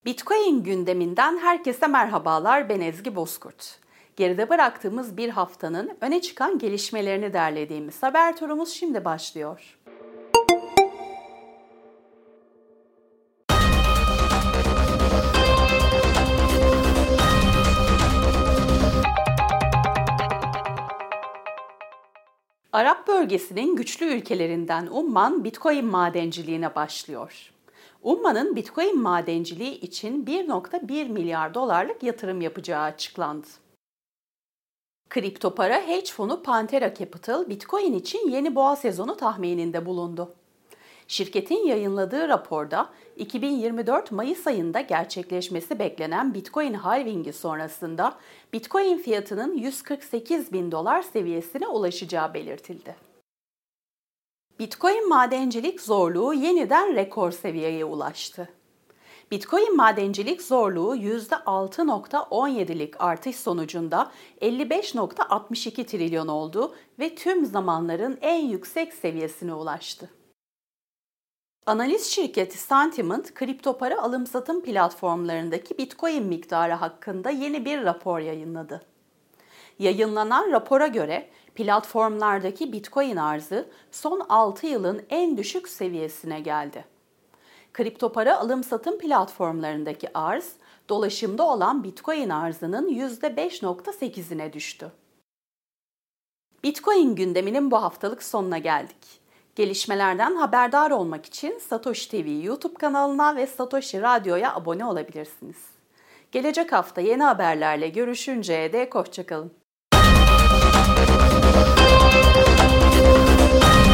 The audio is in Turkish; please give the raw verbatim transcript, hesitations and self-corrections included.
Bitcoin gündeminden herkese merhabalar, ben Ezgi Bozkurt. Geride bıraktığımız bir haftanın öne çıkan gelişmelerini derlediğimiz haber turumuz şimdi başlıyor. Arap bölgesinin güçlü ülkelerinden Umman, Bitcoin madenciliğine başlıyor. Umman'ın Bitcoin madenciliği için bir virgül bir milyar dolarlık yatırım yapacağı açıklandı. Kripto para hedge fonu Pantera Capital, Bitcoin için yeni boğa sezonu tahmininde bulundu. Şirketin yayınladığı raporda iki bin yirmi dört Mayıs ayında gerçekleşmesi beklenen Bitcoin halvingi sonrasında Bitcoin fiyatının yüz kırk sekiz bin dolar seviyesine ulaşacağı belirtildi. Bitcoin madencilik zorluğu yeniden rekor seviyeye ulaştı. Bitcoin madencilik zorluğu yüzde altı virgül on yedilik artış sonucunda elli beş virgül altmış iki trilyon oldu ve tüm zamanların en yüksek seviyesine ulaştı. Analiz şirketi Sentiment, kripto para alım-satım platformlarındaki Bitcoin miktarı hakkında yeni bir rapor yayınladı. Yayınlanan rapora göre platformlardaki Bitcoin arzı son altı yılın en düşük seviyesine geldi. Kripto para alım-satım platformlarındaki arz, dolaşımda olan Bitcoin arzının yüzde beş virgül sekizine düştü. Bitcoin gündeminin bu haftalık sonuna geldik. Gelişmelerden haberdar olmak için Satoshi T V YouTube kanalına ve Satoshi Radyo'ya abone olabilirsiniz. Gelecek hafta yeni haberlerle görüşünceye dek hoşça kalın.